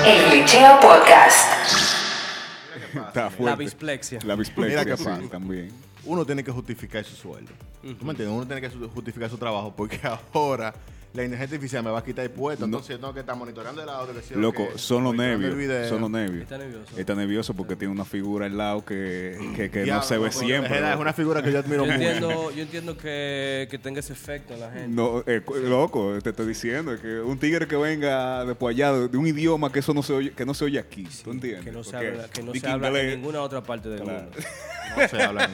El Glitcheo Podcast. Está fuerte. La bislexia. La bislexia, Mira qué sí, pasa. también. Uno tiene que justificar su sueldo. ¿Tú me entiendes? Uno tiene que justificar su trabajo porque ahora la inteligencia artificial me va a quitar el puesto. Entonces yo tengo que estar monitoreando el audio. Loco, son los nervios. Son los nervios. nervios. Está nervioso. Está nervioso porque tiene una figura al lado que no Diablo, se ve loco, siempre. Es una figura que yo admiro mucho. Yo entiendo que tenga ese efecto en la gente. No, loco, te estoy diciendo que un tigre que venga después allá de un idioma que eso no se oye, que no se oye aquí. ¿Tú entiendes? Que no se Porque habla, que no di se habla en inglés- ninguna otra parte del Claro. mundo. No se hablan.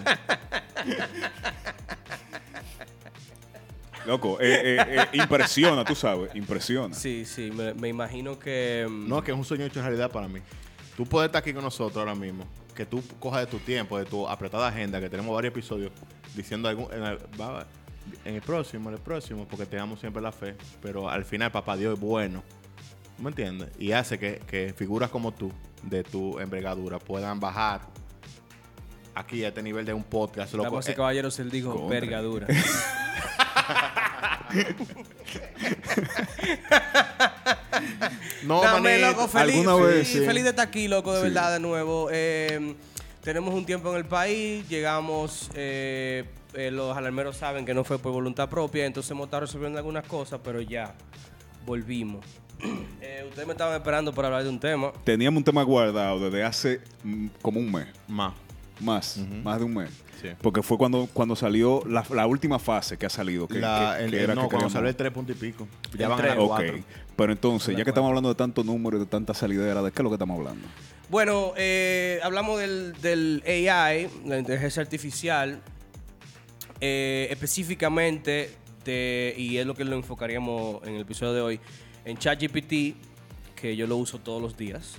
Loco, impresiona, tú sabes, impresiona. Sí, me imagino que... No, que es un sueño hecho realidad para mí. Tú puedes estar aquí con nosotros ahora mismo. Que tú cojas de tu tiempo, de tu apretada agenda, que tenemos varios episodios, diciendo en el próximo, porque tengamos siempre la fe. Pero al final, papá Dios es bueno. ¿Me entiendes? Y hace que figuras como tú, de tu envergadura, puedan bajar aquí a este nivel de un podcast. Loco. Damas y caballeros, él dijo Contra. vergadura. No, Dame, manito. loco, feliz, Alguna vez, feliz, sí. feliz de estar aquí, loco, de Sí. verdad, de nuevo. Tenemos un tiempo en el país, llegamos, los alarmeros saben que no fue por voluntad propia, entonces hemos estado resolviendo algunas cosas, pero ya, volvimos. Ustedes me estaban esperando para hablar de un tema. Teníamos un tema guardado desde hace como un mes. Más. Más de un mes. Sí. Porque fue cuando salió la última fase que ha salido. Que era que Cuando queríamos- salió el 3 punto y pico. Ya El van a 3. la Ok, 4. pero entonces, ya que estamos hablando de tantos números y de tanta salidera, ¿de qué es lo que estamos hablando? Bueno, hablamos del AI, la inteligencia artificial, específicamente y es lo que lo enfocaríamos en el episodio de hoy, en ChatGPT, que yo lo uso todos los días.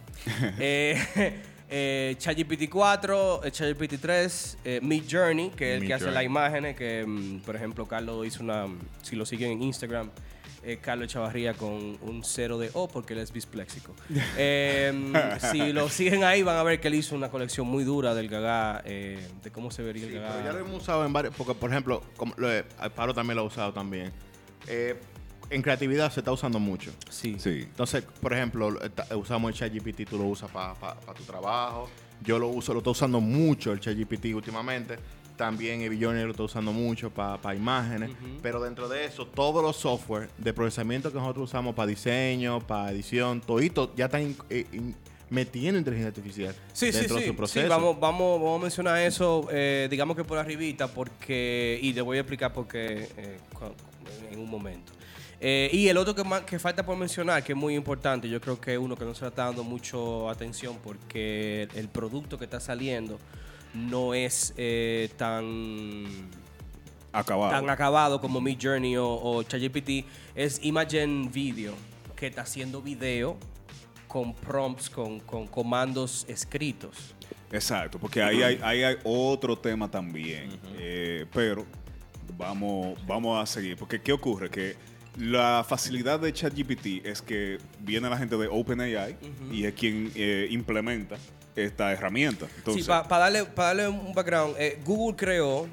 ChatGPT 4, ChatGPT 3, Midjourney, que es el que hace las imágenes, que por ejemplo Carlos hizo si lo siguen en Instagram, Carlos Chavarría con un 0 de O porque él es bispléxico. Si lo siguen ahí van a ver que él hizo una colección muy dura del Gaga, de cómo se vería el Sí, Gaga. pero ya lo hemos usado en varios, porque por ejemplo, Pablo también lo ha usado también. En creatividad se está usando mucho. Sí. Sí. Entonces, por ejemplo, usamos el ChatGPT, tú lo usas para tu trabajo. Yo lo estoy usando mucho el ChatGPT últimamente. También el Midjourney lo estoy usando mucho para imágenes. Pero dentro de eso, todos los software de procesamiento que nosotros usamos para diseño, para edición, todito ya están metiendo inteligencia artificial dentro de su proceso. Sí, vamos a mencionar eso, digamos que por arribita, y le voy a explicar por qué en un momento. Y el otro que falta por mencionar, que es muy importante, yo creo que es uno que no se le está dando mucho atención porque el producto que está saliendo no es tan acabado como Midjourney o ChatGPT, es Imagen Video, que está haciendo video con prompts, con comandos escritos. Exacto, porque ahí hay otro tema también. Pero vamos a seguir. Porque ¿qué ocurre? Que la facilidad de ChatGPT es que viene la gente de OpenAI y es quien implementa esta herramienta. Entonces, Sí, para darle un background, Google creó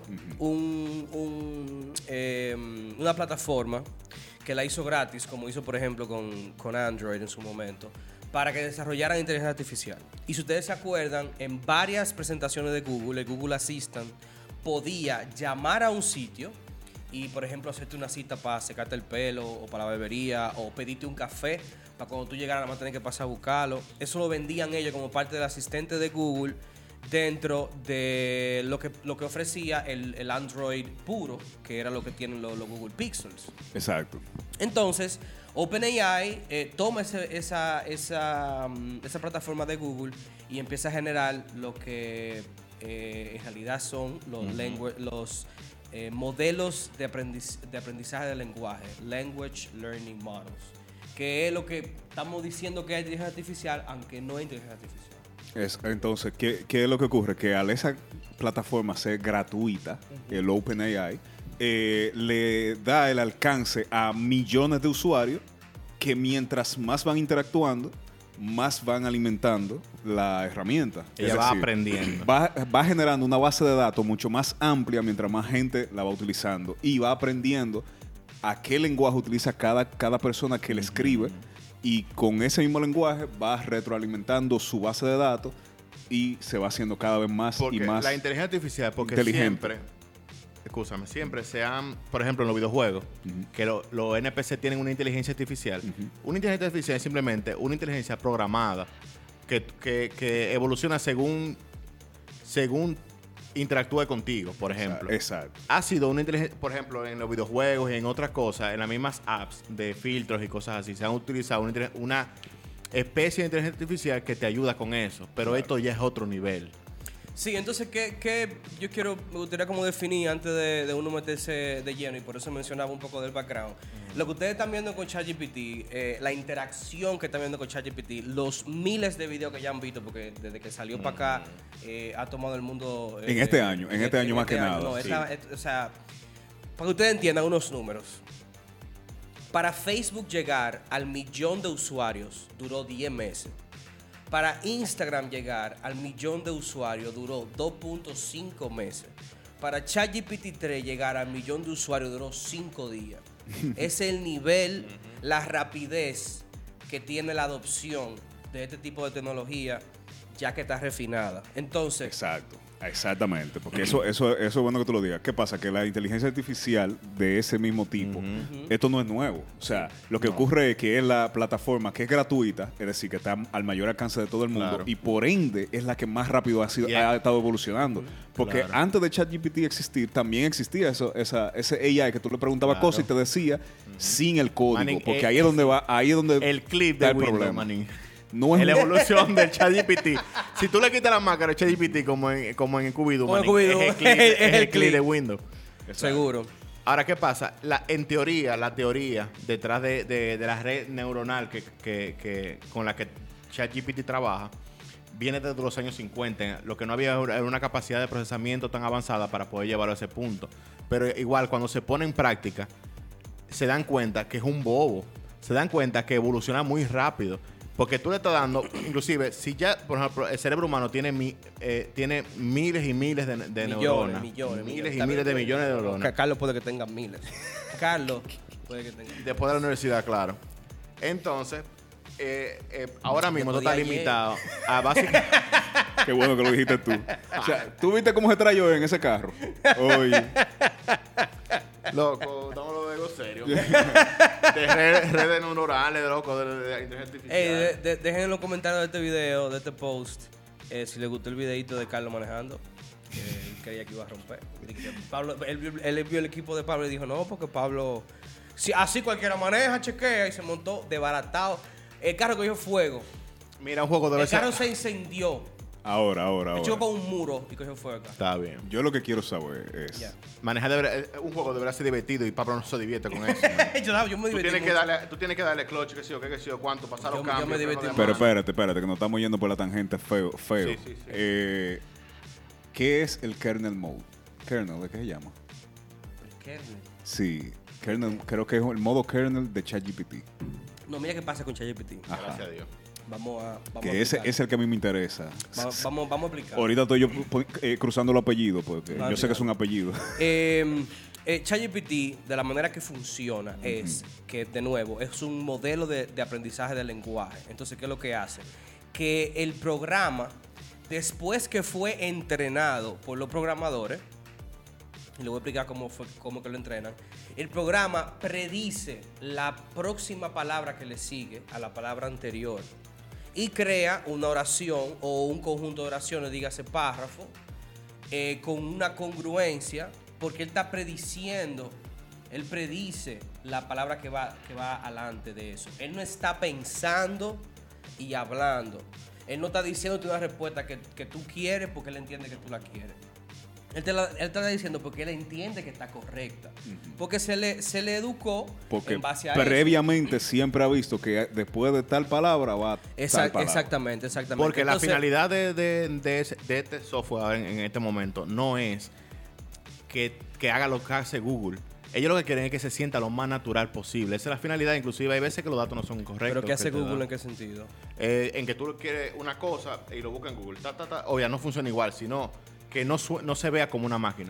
una plataforma que la hizo gratis, como hizo por ejemplo con Android en su momento, para que desarrollaran inteligencia artificial. Y si ustedes se acuerdan, en varias presentaciones de Google, el Google Assistant podía llamar a un sitio y, por ejemplo, hacerte una cita para secarte el pelo o para la barbería o pedirte un café para cuando tú llegaras nada más tener que pasar a buscarlo. Eso lo vendían ellos como parte del asistente de Google dentro de lo que ofrecía el Android puro, que era lo que tienen los Google Pixels. exacto. Entonces, OpenAI toma esa plataforma de Google y empieza a generar lo que en realidad son los modelos de aprendizaje del lenguaje, Language Learning Models, que es lo que estamos diciendo que es inteligencia artificial, aunque no es inteligencia artificial. Entonces, ¿qué es lo que ocurre? Que al esa plataforma ser gratuita, el OpenAI, le da el alcance a millones de usuarios que mientras más van interactuando, más van alimentando la herramienta. Ella Es va decir, aprendiendo. Va generando una base de datos mucho más amplia mientras más gente la va utilizando y va aprendiendo a qué lenguaje utiliza cada persona que le escribe y con ese mismo lenguaje va retroalimentando su base de datos y se va haciendo cada vez más Porque y más la inteligencia artificial, porque inteligente. siempre se han, por ejemplo, en los videojuegos, que los NPC tienen una inteligencia artificial. Una inteligencia artificial es simplemente una inteligencia programada que evoluciona según interactúe contigo, por ejemplo. Exacto. Ha sido una inteligencia, por ejemplo, en los videojuegos y en otras cosas, en las mismas apps de filtros y cosas así, se han utilizado una especie de inteligencia artificial que te ayuda con eso, pero esto ya es otro nivel. Sí, entonces, ¿qué me gustaría como definir antes de uno meterse de lleno, y por eso mencionaba un poco del background? Lo que ustedes están viendo con ChatGPT, la interacción que están viendo con ChatGPT, los miles de videos que ya han visto, porque desde que salió para acá ha tomado el mundo... En este año más que nada. No, sí. o sea, para que ustedes entiendan unos números. Para Facebook llegar al 1.000.000 de usuarios duró 10 meses. Para Instagram llegar al 1.000.000 de usuarios duró 2.5 meses. Para ChatGPT 3 llegar al 1.000.000 de usuarios duró 5 días. Es el nivel, la rapidez que tiene la adopción de este tipo de tecnología ya que está refinada. Entonces, Exacto. Exactamente, porque eso es bueno que tú lo digas. ¿Qué pasa? Que la inteligencia artificial de ese mismo tipo, esto no es nuevo. O sea, lo que ocurre es que es la plataforma que es gratuita, es decir, que está al mayor alcance de todo el mundo, Claro. y por ende es la que más rápido ha estado evolucionando. Porque Claro. antes de ChatGPT existir, también existía ese AI que tú le preguntabas Claro. cosas y te decía sin el código. Manín, Porque ahí es donde El clip está de el Windows, problema. manín. No es La evolución del ChatGPT. Si tú le quitas la máscara al ChatGPT como en el Cubido, Como en manín, Cubido. es el clip de Windows. seguro. Ahora, ¿qué pasa? En teoría, la teoría detrás de la red neuronal con la que ChatGPT trabaja viene desde los años 50. Lo que no había era una capacidad de procesamiento tan avanzada para poder llevarlo a ese punto. Pero igual, cuando se pone en práctica, se dan cuenta que es un bobo. Se dan cuenta que evoluciona muy rápido. Porque tú le estás dando, inclusive, si ya, por ejemplo, el cerebro humano tiene miles y miles de neuronas. Miles y miles de millones de neuronas. Carlos puede que tenga miles. Carlos puede que tenga. Después de la universidad, claro. Entonces, ahora mismo tú Después estás de ayer. limitado a básicamente... Qué bueno que lo dijiste tú. O sea, ¿tú viste cómo se trayó en ese carro? Oye. Loco, dámoslo de algo serio. De redes neuronales, loco, de inteligencia artificial. Dejen en los comentarios de este video, de este post, si les gustó el videito de Carlos manejando. Él creía que iba a romper. Y que Pablo, él vio el equipo de Pablo y dijo, no, porque Pablo... Si así cualquiera maneja, chequea, y se montó desbaratado. El carro cogió fuego. Mira, un juego de El carro se incendió. Ahora. Echó con un muro y cogió fuego acá. Está bien. Yo lo que quiero saber es... Ya. Manejar un juego debería ser divertido y Pablo no se divierte con eso. yo me divertí mucho. Tú tienes que darle clutch, qué sé yo, cuánto, pasar los Yo cambios. me divertí freno de Pero mano. espérate, que nos estamos yendo por la tangente feo. Sí. ¿Qué es el kernel mode? ¿Kernel? ¿De qué se llama? El kernel. Sí, kernel, creo que es el modo kernel de ChatGPT. No, mira qué pasa con ChatGPT. Gracias a Dios. Vamos a Que ese aplicar. es el que a mí me interesa. Vamos a aplicar. Ahorita estoy yo cruzando los apellidos, porque No, yo sé que es un apellido. ChatGPT, de la manera que funciona, es que, de nuevo, es un modelo de aprendizaje del lenguaje. Entonces, ¿qué es lo que hace? Que el programa, después que fue entrenado por los programadores, y le voy a explicar cómo que lo entrenan, el programa predice la próxima palabra que le sigue a la palabra anterior y crea una oración o un conjunto de oraciones, dígase párrafo, con una congruencia, porque él está prediciendo, él predice la palabra que va adelante de eso. Él no está pensando y hablando. Él no está diciéndote una respuesta que tú quieres porque él entiende que tú la quieres. Él te está diciendo porque él entiende que está correcta. Porque se le educó Porque en base a eso. previamente siempre ha visto que después de tal palabra va tal palabra. Exactamente. Porque Entonces, la finalidad de este software en este momento no es que haga lo que hace Google. Ellos lo que quieren es que se sienta lo más natural posible. Esa es la finalidad. Inclusive hay veces que los datos no son correctos. ¿Pero qué hace que te Google dan. en qué sentido? En que tú quieres una cosa y lo buscas en Google. Obvio, no funciona igual, sino que no se vea como una máquina.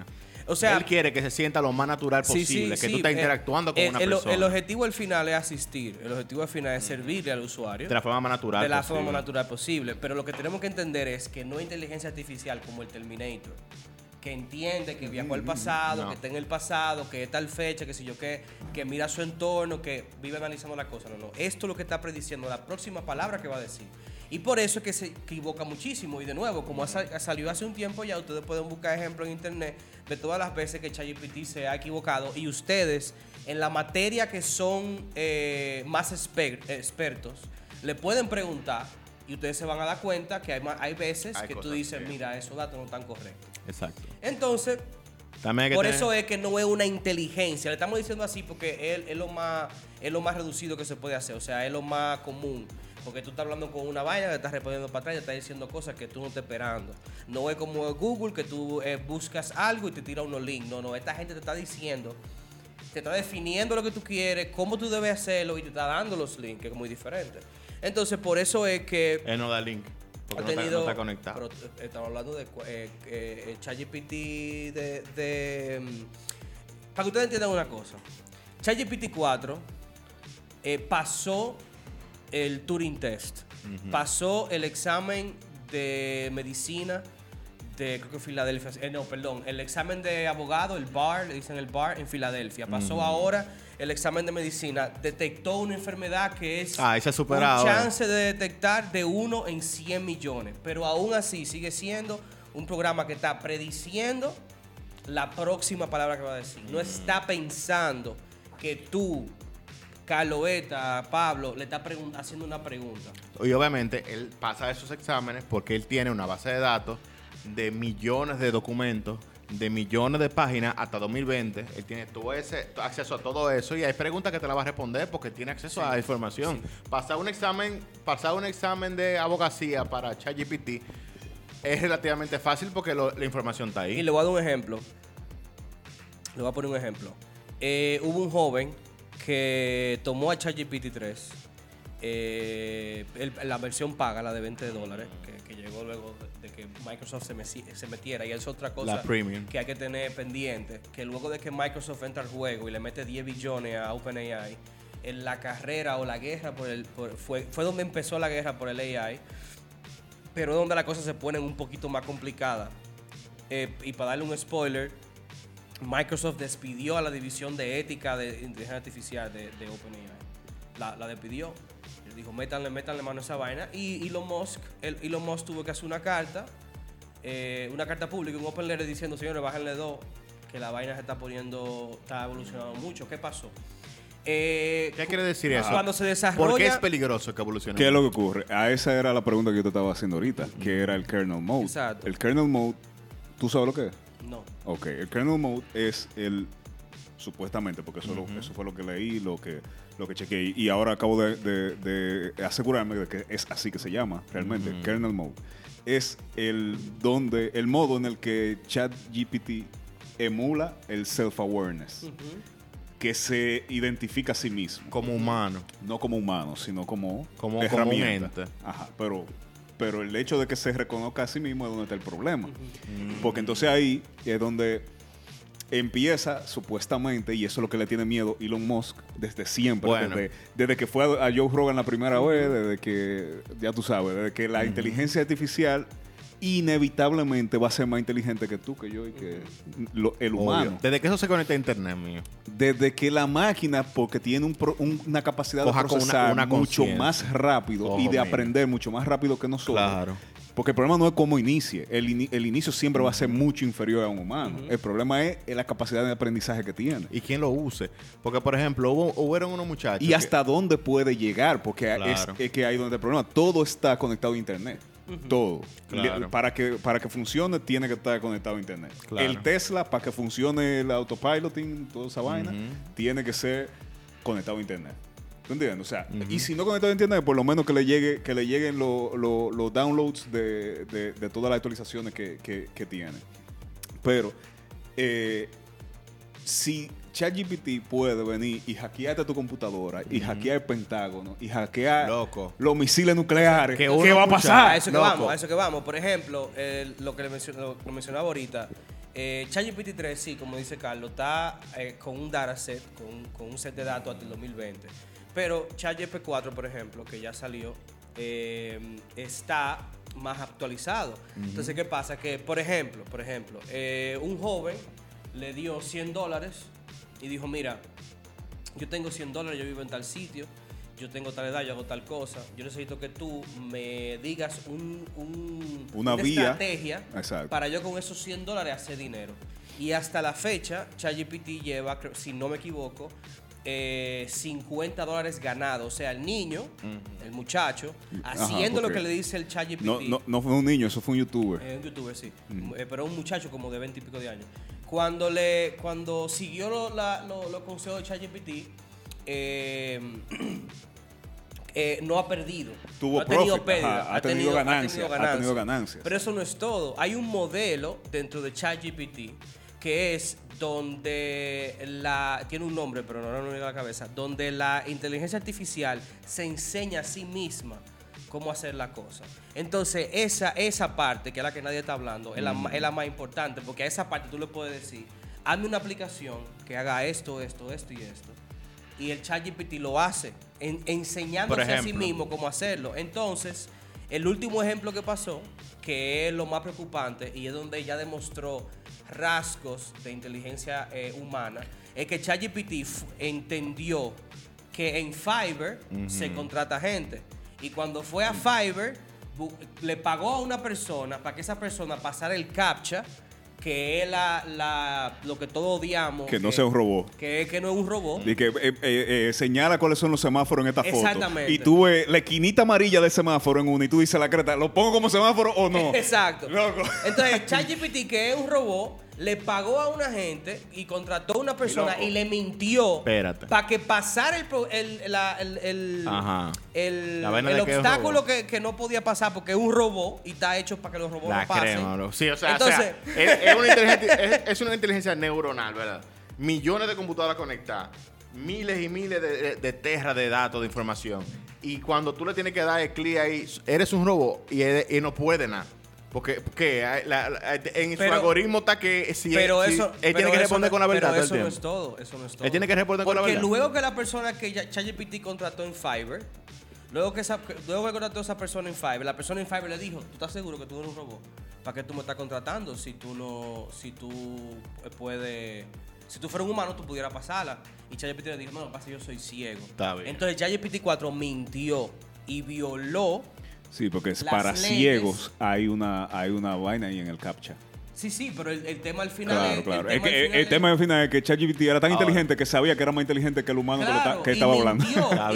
O sea, él quiere que se sienta lo más natural posible, que tú estás interactuando con una persona. El objetivo al final es asistir, el objetivo al final es servirle al usuario. De la forma más natural De la posible. forma más natural posible. Pero lo que tenemos que entender es que no es inteligencia artificial como el Terminator, que entiende, que viajó al pasado, no. que está en el pasado, que es tal fecha, que si yo qué, que mira su entorno, que vive analizando las cosas. No. Esto es lo que está prediciendo la próxima palabra que va a decir. Y por eso es que se equivoca muchísimo. Y de nuevo, como salió hace un tiempo ya, ustedes pueden buscar ejemplos en internet de todas las veces que ChatGPT se ha equivocado. Y ustedes, en la materia que son más expertos, le pueden preguntar y ustedes se van a dar cuenta que hay veces que tú dices, mira, esos datos no están correctos. Exacto. Entonces, También hay que por tener- eso es que no es una inteligencia. Le estamos diciendo así porque es lo más reducido que se puede hacer. O sea, es lo más común. Porque tú estás hablando con una vaina, le estás respondiendo para atrás, le estás diciendo cosas que tú no estás esperando. No es como Google, que tú buscas algo y te tira unos links. No, esta gente te está diciendo, te está definiendo lo que tú quieres, cómo tú debes hacerlo y te está dando los links, que es muy diferente. Entonces, por eso es que Él no da link. ha Porque tenido, no está conectado. Pero estamos hablando de ChatGPT para que ustedes entiendan una cosa. ChatGPT 4 pasó el Turing Test, pasó el examen de medicina de, creo que Filadelfia, el examen de abogado, el bar, le dicen el bar en Filadelfia. Pasó ahora el examen de medicina, detectó una enfermedad que es Se ha superado. un chance de detectar de 1 en 100 millones. Pero aún así sigue siendo un programa que está prediciendo la próxima palabra que va a decir. No está pensando que tú, Carloeta, Pablo, le estás haciendo una pregunta. Y obviamente él pasa esos exámenes porque él tiene una base de datos de millones de documentos, de millones de páginas hasta 2020. Él tiene todo ese acceso a todo eso y hay preguntas que te la va a responder porque tiene acceso a la información. Pasar un examen de abogacía para ChatGPT es relativamente fácil porque la información está ahí. Y le voy a dar un ejemplo. Le voy a poner un ejemplo. Hubo un joven que tomó a ChatGPT 3, la versión paga, la de $20, que llegó luego de que Microsoft se metiera. Y es otra cosa La premium. que hay que tener pendiente, que luego de que Microsoft entra al juego y le mete 10 billones a OpenAI, en la carrera o la guerra fue donde empezó la guerra por el AI, pero es donde las cosas se ponen un poquito más complicadas. Y para darle un spoiler, Microsoft despidió a la división de ética de inteligencia artificial de OpenAI. La despidió. Le dijo, métanle mano a esa vaina. Y Elon Musk tuvo que hacer una carta pública, un open letter diciendo, señores, bájenle 2, que la vaina está evolucionando mucho. ¿Qué pasó? ¿Qué quiere decir eso? Cuando se desarrolla... ¿Por qué es peligroso que evolucione? ¿Qué es lo que ocurre? A esa era la pregunta que yo te estaba haciendo ahorita, que era el kernel mode. Exacto. El kernel mode, ¿tú sabes lo que es? No. Ok, el kernel mode es supuestamente, porque eso fue lo que leí, lo que chequeé, y ahora acabo de asegurarme de que es así que se llama realmente, kernel mode. Es el modo en el que ChatGPT emula el self-awareness, que se identifica a sí mismo. Como humano. No como humano, sino como Como herramienta. un ente. Ajá, pero el hecho de que se reconozca a sí mismo es donde está el problema. Porque entonces ahí es donde empieza supuestamente, y eso es lo que le tiene miedo Elon Musk desde siempre, Bueno. desde que fue a Joe Rogan la primera vez, desde que, ya tú sabes, desde que la inteligencia artificial inevitablemente va a ser más inteligente que tú, que yo y que el humano. Obvio. Desde que eso se conecta a internet, mío. Desde que la máquina, porque tiene una capacidad Coja de con procesar una mucho conciencia. más rápido Ojo, y de mío. aprender mucho más rápido que nosotros. Claro. Porque el problema no es cómo inicie. El inicio siempre va a ser mucho inferior a un humano. El problema es la capacidad de aprendizaje que tiene. Y quién lo use. Porque, por ejemplo, hubieron unos muchachos. Y hasta dónde puede llegar, porque Claro. es que ahí donde está el problema. Todo está conectado a internet. Todo. Claro. Para que funcione, tiene que estar conectado a internet. Claro. El Tesla, para que funcione el autopiloting, toda esa vaina, tiene que ser conectado a internet. ¿Tú entiendes? O sea, y si no conectado a internet, por lo menos que le lleguen los downloads de todas las actualizaciones que tiene. Pero si ChatGPT puede venir y hackearte tu computadora y hackear el Pentágono y hackear Loco. los misiles nucleares, Que ¿qué uno va a escucha- pasar? A eso que loco. vamos, a eso que vamos. Por ejemplo, lo que mencionaba ahorita, ChatGPT 3, sí, como dice Carlos, está con un dataset, con un set de datos hasta el 2020. Pero ChatGPT 4, por ejemplo, que ya salió, está más actualizado. Entonces, ¿qué pasa? Que, por ejemplo, un joven le dio $100 y dijo, mira, yo tengo $100, yo vivo en tal sitio, yo tengo tal edad, yo hago tal cosa, yo necesito que tú me digas una vía, estrategia exacto, para yo con esos $100 hacer dinero. Y hasta la fecha, ChatGPT lleva, si no me equivoco, $50 ganados. O sea, el niño, el muchacho, haciendo lo que le dice el ChatGPT. No fue un niño, eso fue un youtuber. Un youtuber, sí. Pero un muchacho como de 20 y pico de años. Cuando siguió los consejos de ChatGPT, no ha perdido. Ha tenido pérdida. Ha tenido ganancias. Pero eso no es todo. Hay un modelo dentro de ChatGPT que es donde tiene un nombre, pero no me llega a la cabeza, donde la inteligencia artificial se enseña a sí misma cómo hacer la cosa. Entonces, esa parte, que es la que nadie está hablando, es la más importante, porque a esa parte tú le puedes decir, hazme una aplicación que haga esto y esto. Y el ChatGPT lo hace, enseñándose a sí mismo cómo hacerlo. Entonces, el último ejemplo que pasó, que es lo más preocupante y es donde ya demostró rasgos de inteligencia humana, es que ChatGPT entendió que en Fiverr se contrata gente. Y cuando fue a Fiverr, le pagó a una persona para que esa persona pasara el CAPTCHA, que es lo que todos odiamos. Que no sea un robot. Que no es un robot. Y que señala cuáles son los semáforos en esta foto. Exactamente. Y tú ves la esquinita amarilla del semáforo en una y tú dices la creta, ¿lo pongo como semáforo o no? Exacto. Loco. Entonces, ChatGPT, que es un robot, le pagó a una gente y contrató a una persona y le mintió para que pasara el obstáculo que no podía pasar porque es un robot y está hecho para que los robots no pasen. Crema, sí, o sea, entonces, es una inteligencia neuronal, ¿verdad? Millones de computadoras conectadas, miles y miles de terras de datos, de información. Y cuando tú le tienes que dar el clic ahí, eres un robot y no puede nada. Porque en su algoritmo está que él tiene que responder con la verdad. Pero eso no es todo. Él tiene que responder con la verdad. Porque luego que la persona que ChatGPT contrató en Fiverr, luego que contrató a esa persona en Fiverr, la persona en Fiverr le dijo, ¿tú estás seguro que tú eres un robot? ¿Para qué tú me estás contratando si tú fueras un humano, tú pudieras pasarla? Y ChatGPT le dijo, no, pasa, yo soy ciego. Está bien. Entonces ChatGPT 4 mintió y violó. Sí, porque es para leyes. Ciegos hay una vaina ahí en el CAPTCHA. Sí, pero el tema al final Claro. El tema al final es que ChatGPT era tan inteligente que sabía que era más inteligente que el humano que estaba hablando.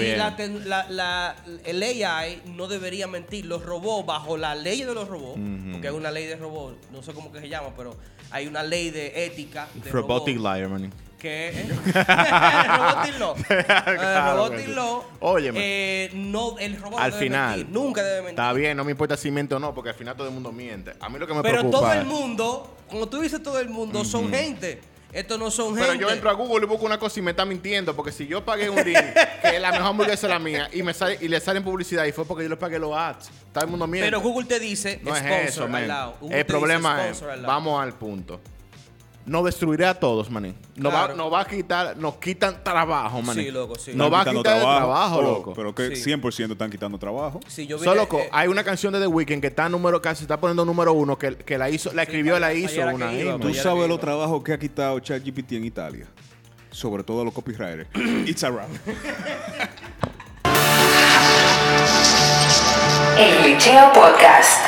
El AI no debería mentir. Los robots, bajo la ley de los robots, porque hay una ley de robots, no sé cómo que se llama, pero hay una ley de ética de Robotic liar, man. Que Robotic Law. Robotic Law. Óyeme. El robot al no debe final, mentir, nunca debe mentir. Está bien, no me importa si miente o no, porque al final todo el mundo miente. A mí lo que me preocupa. Pero todo el mundo, como tú dices, todo el mundo son gente. Estos no son gente. Pero yo entro a Google y busco una cosa y me está mintiendo, porque si yo pagué un link, que es la mejor hamburguesa es la mía, y le salen publicidad, y fue porque yo le pagué los ads. Todo el mundo miente. Pero Google te dice no sponsor es eso, al lado. El problema es, vamos al punto. Nos destruirá a todos, maní. Nos quitan trabajo, maní. Sí, loco, sí. Nos va a quitar el trabajo, loco. Pero que 100% están quitando trabajo. Sí, yo vi loco, hay una canción de The Weeknd que casi está poniendo número 1, que la escribió una hija. Tú sabes los trabajos que ha quitado ChatGPT en Italia. Sobre todo a los copywriters. It's a wrap. El Glitcheo Podcast.